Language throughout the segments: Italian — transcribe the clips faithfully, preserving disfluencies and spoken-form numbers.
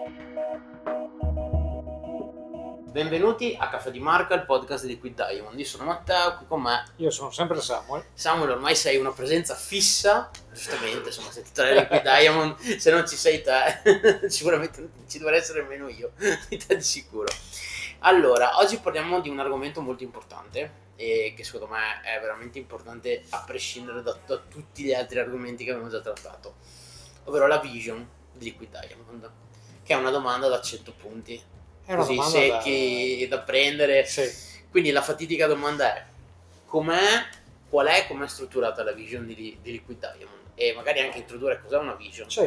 Benvenuti a Caffè di Marca, il podcast di Liquid Diamond. Io sono Matteo, qui con me. Io sono sempre Samuel. Samuel, ormai sei una presenza fissa, giustamente, insomma, sei titolare di Liquid Diamond, se non ci sei te, sicuramente ci dovrei essere nemmeno io, di te di sicuro. Allora, oggi parliamo di un argomento molto importante e che secondo me è veramente importante a prescindere da, da tutti gli altri argomenti che abbiamo già trattato, ovvero la vision di Liquid Diamond, che è una domanda da cento punti. È una Così domanda secchi da, da prendere. Sì. Quindi la fatidica domanda è: com'è, qual è, com'è strutturata la vision di, di Liquid Diamond? E magari anche introdurre cos'è una vision. Sì.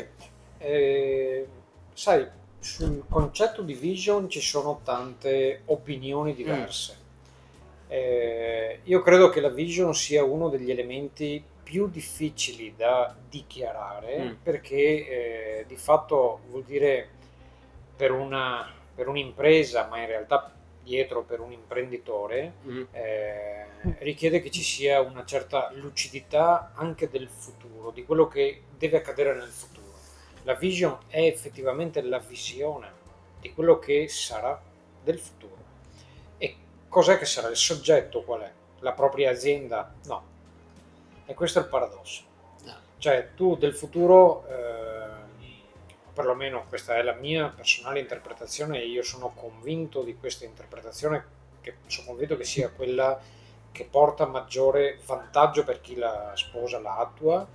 Eh, sai, sul concetto di vision ci sono tante opinioni diverse. Mm. Eh, io credo che la vision sia uno degli elementi più difficili da dichiarare, mm. perché eh, di fatto vuol dire per una per un'impresa, ma in realtà dietro per un imprenditore, mm. eh, richiede che ci sia una certa lucidità anche del futuro, di quello che deve accadere nel futuro. La vision è effettivamente la visione di quello che sarà del futuro. E cos'è che sarà? Il soggetto qual è? La propria azienda? No. E questo è il paradosso. No. Cioè tu del futuro... Eh, perlomeno questa è la mia personale interpretazione e io sono convinto di questa interpretazione, che sono convinto che sia quella che porta maggiore vantaggio per chi la sposa, la attua.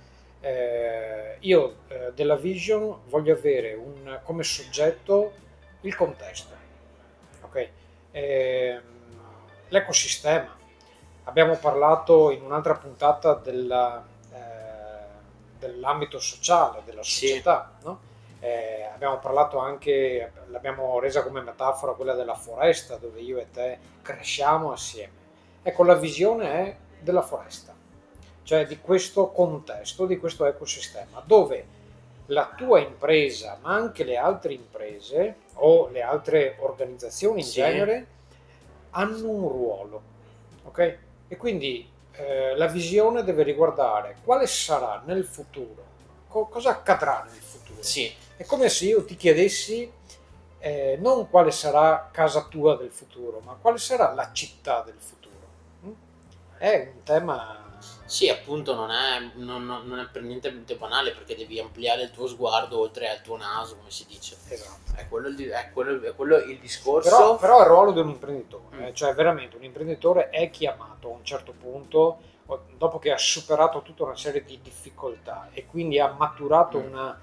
Eh, io eh, della vision voglio avere un, come soggetto il contesto, ok? Eh, l'ecosistema. Abbiamo parlato in un'altra puntata della, eh, dell'ambito sociale, della società, sì. No? Eh, abbiamo parlato anche, l'abbiamo resa come metafora quella della foresta dove io e te cresciamo assieme. Ecco, la visione è della foresta, cioè di questo contesto, di questo ecosistema, dove la tua impresa, ma anche le altre imprese o le altre organizzazioni in sì. genere, hanno un ruolo, ok? E quindi eh, la visione deve riguardare quale sarà nel futuro, co- cosa accadrà nel futuro. Sì. È come se io ti chiedessi eh, non quale sarà casa tua del futuro, ma quale sarà la città del futuro. Mm? È un tema... Sì, appunto non è, non, non è per niente banale, perché devi ampliare il tuo sguardo oltre al tuo naso, come si dice. Esatto. È quello il, è quello, è quello il discorso. Però, però è il ruolo di un imprenditore, mm. eh, cioè veramente un imprenditore è chiamato a un certo punto, dopo che ha superato tutta una serie di difficoltà e quindi ha maturato mm. una...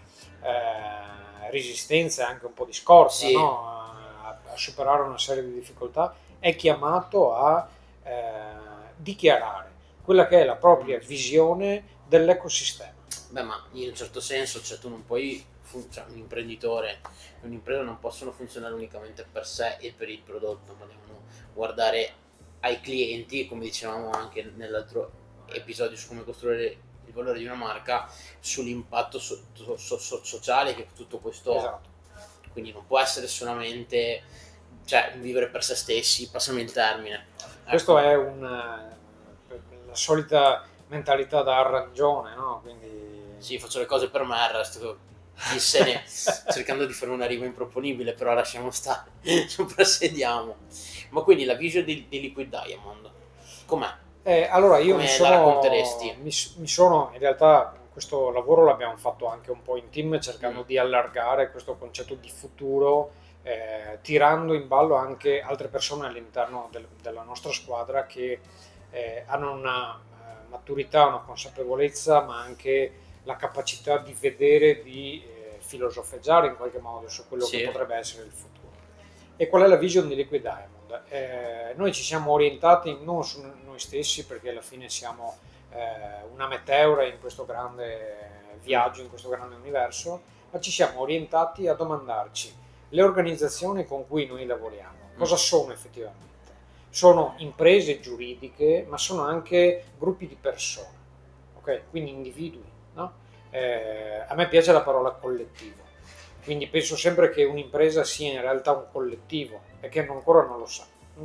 Eh, resistenza e anche un po' di scorza, sì. no? a, a superare una serie di difficoltà, è chiamato a eh, dichiarare quella che è la propria visione dell'ecosistema. Beh, ma in un certo senso, cioè tu non puoi, fun- cioè un imprenditore e un'impresa non possono funzionare unicamente per sé e per il prodotto, ma devono guardare ai clienti, come dicevamo anche nell'altro episodio su come costruire il valore di una marca, sull'impatto so- so- so- sociale che tutto questo esatto. ha. Quindi non può essere solamente, cioè, vivere per se stessi, passami il termine. Ecco. Questo è una, la solita mentalità da arrangione, no? Quindi... Sì, faccio le cose per me, il resto chi se ne... cercando di fare una rima improponibile, però lasciamo stare, soprassediamo. Ma quindi la vision di, di Liquid Diamond, com'è? Eh, allora io Come mi la sono, racconteresti? mi, mi sono, in realtà questo lavoro l'abbiamo fatto anche un po' in team, cercando mm. di allargare questo concetto di futuro, eh, tirando in ballo anche altre persone all'interno del, della nostra squadra che eh, hanno una uh, maturità, una consapevolezza, ma anche la capacità di vedere, di eh, filosofeggiare in qualche modo su quello sì. che potrebbe essere il futuro. E qual è la vision di Liquid Diamond? Eh, noi ci siamo orientati non su noi stessi, perché alla fine siamo eh, una meteora in questo grande viaggio, in questo grande universo, ma ci siamo orientati a domandarci: le organizzazioni con cui noi lavoriamo, cosa sono effettivamente? Sono imprese giuridiche, ma sono anche gruppi di persone, ok? Quindi individui, no? Eh, a me piace la parola collettivo. Quindi penso sempre che un'impresa sia in realtà un collettivo e che ancora non lo sa.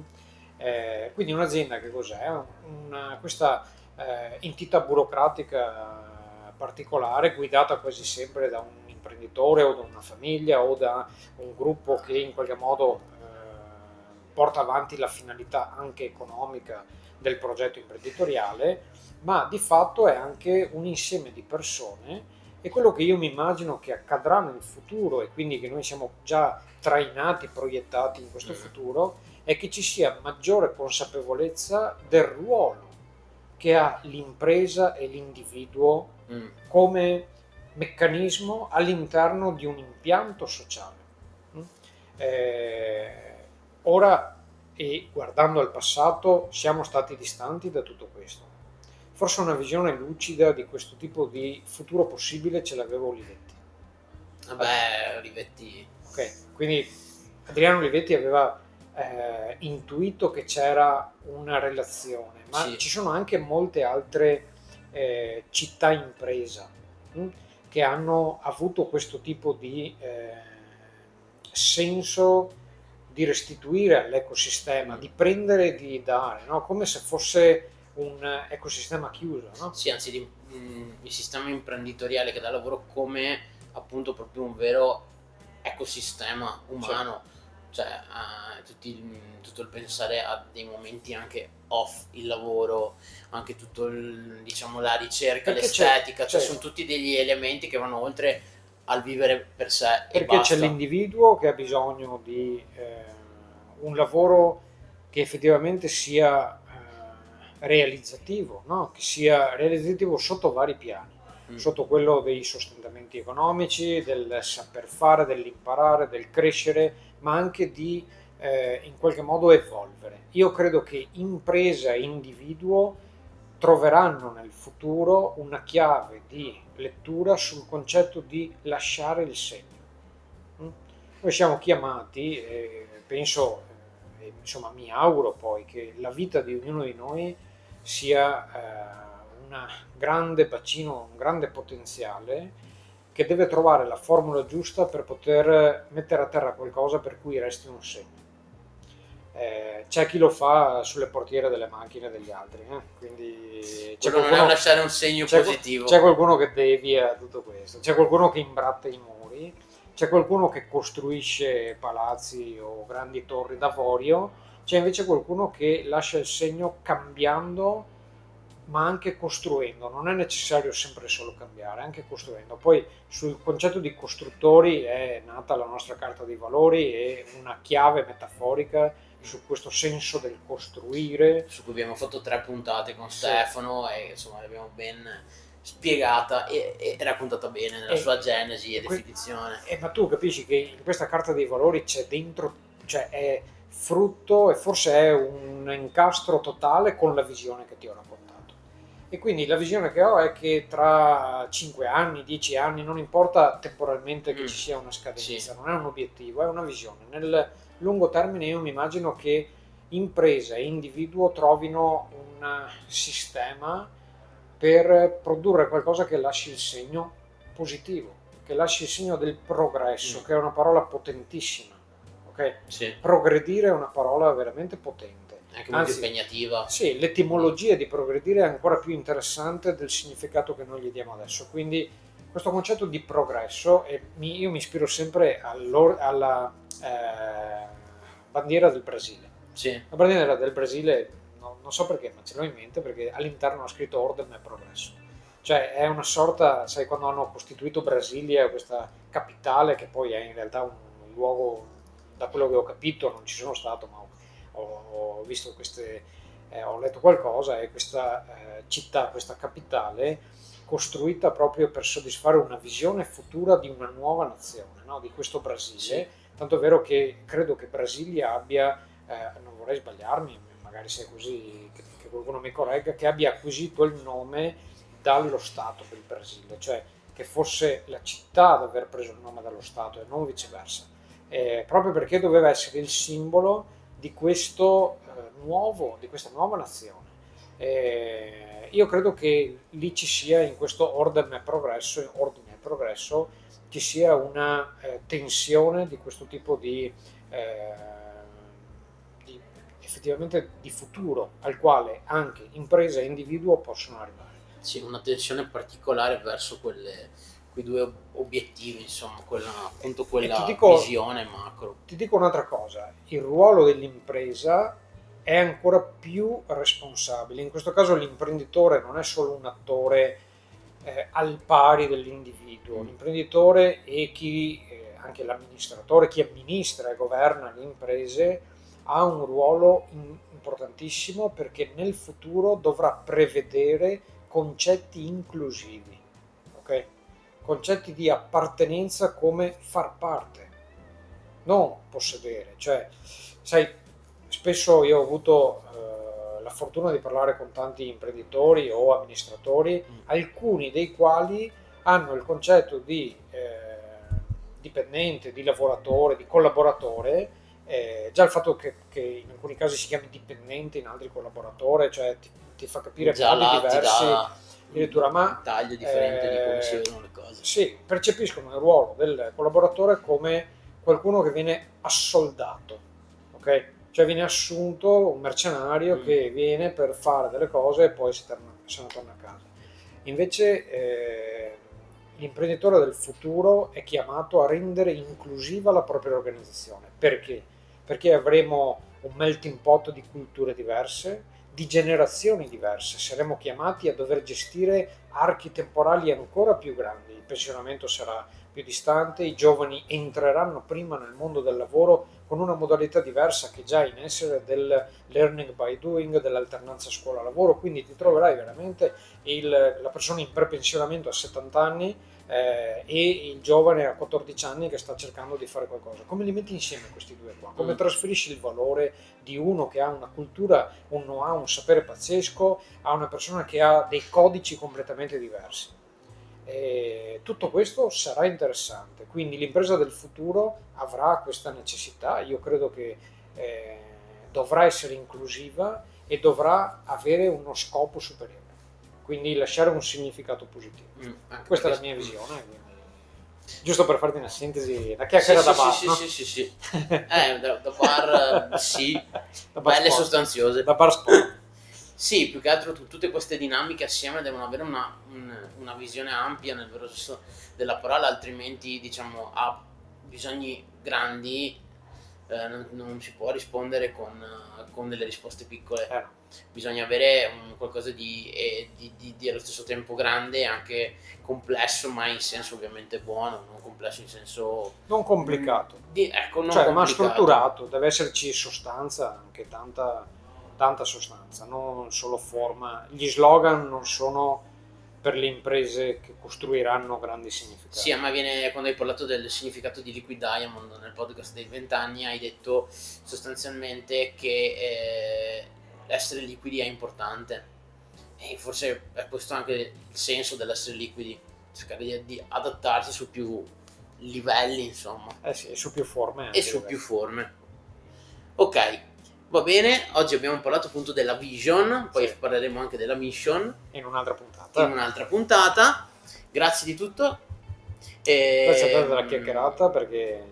Eh, quindi un'azienda che cos'è? Una, questa eh, entità burocratica particolare guidata quasi sempre da un imprenditore o da una famiglia o da un gruppo che in qualche modo eh, porta avanti la finalità anche economica del progetto imprenditoriale, ma di fatto è anche un insieme di persone. E quello che io mi immagino che accadrà nel futuro, e quindi che noi siamo già trainati, proiettati in questo futuro, è che ci sia maggiore consapevolezza del ruolo che ha l'impresa e l'individuo Mm. come meccanismo all'interno di un impianto sociale. Mm? Eh, ora, e guardando al passato, siamo stati distanti da tutto questo. Forse una visione lucida di questo tipo di futuro possibile ce l'avevo Olivetti. Vabbè, Olivetti. Ok, quindi Adriano Olivetti aveva eh, intuito che c'era una relazione, ma Sì. ci sono anche molte altre eh, città impresa mh, che hanno avuto questo tipo di eh, senso di restituire all'ecosistema, Mm. di prendere e di dare, no? Come se fosse un ecosistema chiuso, no? Sì, anzi, di- mm, il sistema imprenditoriale che dà lavoro come appunto proprio un vero ecosistema umano, cioè eh, tutti il- tutto il pensare a dei momenti anche off il lavoro, anche tutto il, diciamo la ricerca, Perché c'è- l'estetica, cioè c'è- sono tutti degli elementi che vanno oltre al vivere per sé e Perché c'è basta. l'individuo che ha bisogno di eh, un lavoro che effettivamente sia eh, realizzativo, no? Che sia realizzativo sotto vari piani, Mm. sotto quello dei sostentamenti economici, del saper fare, dell'imparare, del crescere, ma anche di eh, in qualche modo evolvere. Io credo che impresa e individuo troveranno nel futuro una chiave di lettura sul concetto di lasciare il segno. Mm? Noi siamo chiamati, eh, penso, eh, insomma mi auguro poi che la vita di ognuno di noi sia eh, un grande bacino, un grande potenziale che deve trovare la formula giusta per poter mettere a terra qualcosa per cui resti un segno. Eh, c'è chi lo fa sulle portiere delle macchine degli altri, eh? Quindi c'è Quello non è qualcuno, un lasciare un segno c'è, positivo. c'è qualcuno che devia tutto questo, c'è qualcuno che imbratta i muri, c'è qualcuno che costruisce palazzi o grandi torri d'avorio, c'è invece qualcuno che lascia il segno cambiando ma anche costruendo. Non è necessario sempre solo cambiare, anche costruendo. Poi sul concetto di costruttori è nata la nostra carta dei valori e una chiave metaforica su questo senso del costruire. Su cui abbiamo fatto tre puntate con Sì. Stefano e insomma l'abbiamo ben spiegata e, e raccontata bene nella E- sua genesi e que- definizione. Eh, ma tu capisci che in questa carta dei valori c'è dentro, cioè è frutto e forse è un incastro totale con la visione che ti ho raccontato. E quindi la visione che ho è che tra cinque anni, dieci anni, non importa temporalmente che Mm. ci sia una scadenza, Sì. non è un obiettivo, è una visione. Nel lungo termine io mi immagino che impresa e individuo trovino un sistema per produrre qualcosa che lasci il segno positivo, che lasci il segno del progresso, Mm. che è una parola potentissima. Ok? Sì, Progredire è una parola veramente potente. è anche molto Anzi, impegnativa. sì, l'etimologia di progredire è ancora più interessante del significato che noi gli diamo adesso. Quindi questo concetto di progresso, e mi- io mi ispiro sempre all'or- alla eh, bandiera del Brasile. Sì. La bandiera del Brasile, no- non so perché, ma ce l'ho in mente perché all'interno ha scritto Ordem e Progresso. Cioè è una sorta, sai, quando hanno costituito Brasilia, questa capitale che poi è in realtà un luogo, da quello che ho capito, non ci sono stato, ma ho, ho visto queste, eh, ho letto qualcosa, e questa eh, città, questa capitale, costruita proprio per soddisfare una visione futura di una nuova nazione, no? Di questo Brasile. Sì. Tanto è vero che credo che Brasilia abbia, eh, non vorrei sbagliarmi, magari se è così che, che qualcuno mi corregga, che abbia acquisito il nome dallo Stato del Brasile, cioè che fosse la città ad aver preso il nome dallo Stato e non viceversa, eh, proprio perché doveva essere il simbolo di questo eh, nuovo, di questa nuova nazione. Eh, io credo che lì ci sia, in questo ordine e progresso, ordine e progresso, ci sia una eh, tensione di questo tipo di, eh, di effettivamente di futuro al quale anche impresa e individuo possono arrivare. Sì, una tensione particolare verso quelle, quei due obiettivi, insomma, quella, appunto quella ti dico, visione macro. Ti dico un'altra cosa, il ruolo dell'impresa è ancora più responsabile. In questo caso l'imprenditore non è solo un attore eh, al pari dell'individuo, Mm. l'imprenditore e chi, eh, anche l'amministratore, chi amministra e governa le imprese ha un ruolo in- importantissimo, perché nel futuro dovrà prevedere concetti inclusivi, ok? Concetti di appartenenza come far parte, non possedere. Cioè, sai, spesso io ho avuto eh, la fortuna di parlare con tanti imprenditori o amministratori, Mm. alcuni dei quali hanno il concetto di eh, dipendente, di lavoratore, di collaboratore. Eh, già il fatto che, che in alcuni casi si chiami dipendente, in altri collaboratore, cioè ti, ti fa capire Già modi là ti diversi dà addirittura, ma un taglio differente di come si eh, vedono le cose. sì, percepiscono il ruolo del collaboratore come qualcuno che viene assoldato, ok? Cioè viene assunto un mercenario Mm. che viene per fare delle cose e poi si torna, se ne torna a casa. Invece eh, l'imprenditore del futuro è chiamato a rendere inclusiva la propria organizzazione. Perché? Perché avremo un melting pot di culture diverse, di generazioni diverse, saremo chiamati a dover gestire archi temporali ancora più grandi, il pensionamento sarà più distante, i giovani entreranno prima nel mondo del lavoro con una modalità diversa che già è in essere, del learning by doing, dell'alternanza scuola-lavoro, quindi ti troverai veramente il, la persona in prepensionamento a settanta anni eh, e il giovane a quattordici anni che sta cercando di fare qualcosa. Come li metti insieme questi due qua? Come Mm. trasferisci il valore di uno che ha una cultura, uno ha un sapere pazzesco, a una persona che ha dei codici completamente diversi? E tutto questo sarà interessante, quindi l'impresa del futuro avrà questa necessità. Io credo che eh, dovrà essere inclusiva e dovrà avere uno scopo superiore, quindi lasciare un significato positivo. Mm. Anche Questa è la perché- mia visione, quindi, giusto per farti una sintesi, una chiacchiera sì, da sì, bar, sì, no? sì, sì, sì. Eh, da, da bar eh, sì, Da bar belle e sport. sostanziose. Da bar sport. Sì, più che altro tu- tutte queste dinamiche assieme devono avere una, un- una visione ampia nel vero senso della parola, altrimenti diciamo a bisogni grandi eh, non, non si può rispondere con, eh, con delle risposte piccole. Eh, no. Bisogna avere un qualcosa di, eh, di, di- di allo stesso tempo grande e anche complesso, ma in senso ovviamente buono, non complesso in senso Non complicato, mm, di- ecco, non cioè, ma complicato. strutturato, deve esserci sostanza, anche tanta, tanta sostanza, non solo forma. Gli slogan non sono per le imprese che costruiranno grandi significati. Sì, a me viene, quando hai parlato del significato di Liquid Diamond nel podcast dei vent'anni, hai detto sostanzialmente che eh, essere liquidi è importante. E forse è questo anche il senso dell'essere liquidi, cercare di, di adattarsi su più livelli, insomma, Eh sì, e su più forme anche, e su deve più essere. forme. Ok, va bene, oggi abbiamo parlato appunto della vision, poi Sì. parleremo anche della mission In un'altra puntata. in un'altra puntata. Grazie di tutto. E... Grazie a te della chiacchierata, perché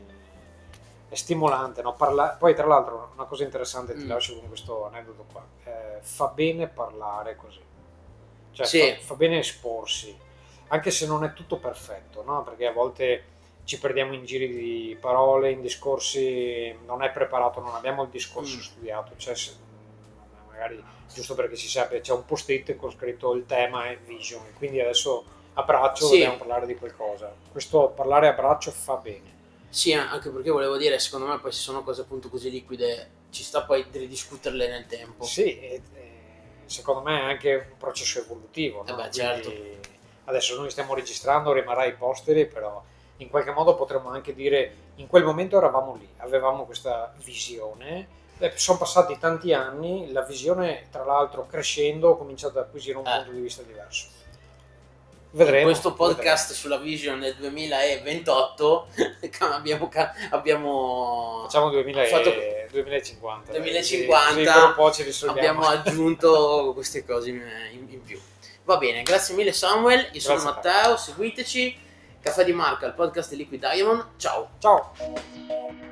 è stimolante, no? Parla- Poi tra l'altro una cosa interessante, ti Mm. lascio con questo aneddoto qua, eh, fa bene parlare così, cioè Sì. fa, fa bene esporsi, anche se non è tutto perfetto, no? Perché a volte ci perdiamo in giri di parole, in discorsi, non è preparato, non abbiamo il discorso Mm. studiato, cioè se- magari giusto perché si sappia, c'è un post-it con scritto il tema è vision, quindi adesso a braccio Sì. dobbiamo parlare di qualcosa. Questo parlare a braccio fa bene. Sì, anche perché volevo dire, secondo me poi se sono cose appunto così liquide ci sta poi di ridiscuterle nel tempo. Sì, e, e secondo me è anche un processo evolutivo, no? Eh beh, Quindi certo. adesso noi stiamo registrando, rimarrà ai posteri, però in qualche modo potremmo anche dire in quel momento eravamo lì, avevamo questa visione. Eh, sono passati tanti anni, la visione tra l'altro crescendo ha cominciato ad acquisire un Eh. punto di vista diverso. Vedremo. Questo podcast sulla vision del duemilaventotto abbiamo, ca- abbiamo Facciamo duemila e- fatto- duemilacinquanta. dai, duemilacinquanta, così- così per un po' ci risolviamo. abbiamo aggiunto queste cose in, in- in più. Va bene, grazie mille Samuel, io sono Grazie a te. Matteo, seguiteci. Caffè di Marca, il podcast di Liquid Diamond. Ciao. Ciao.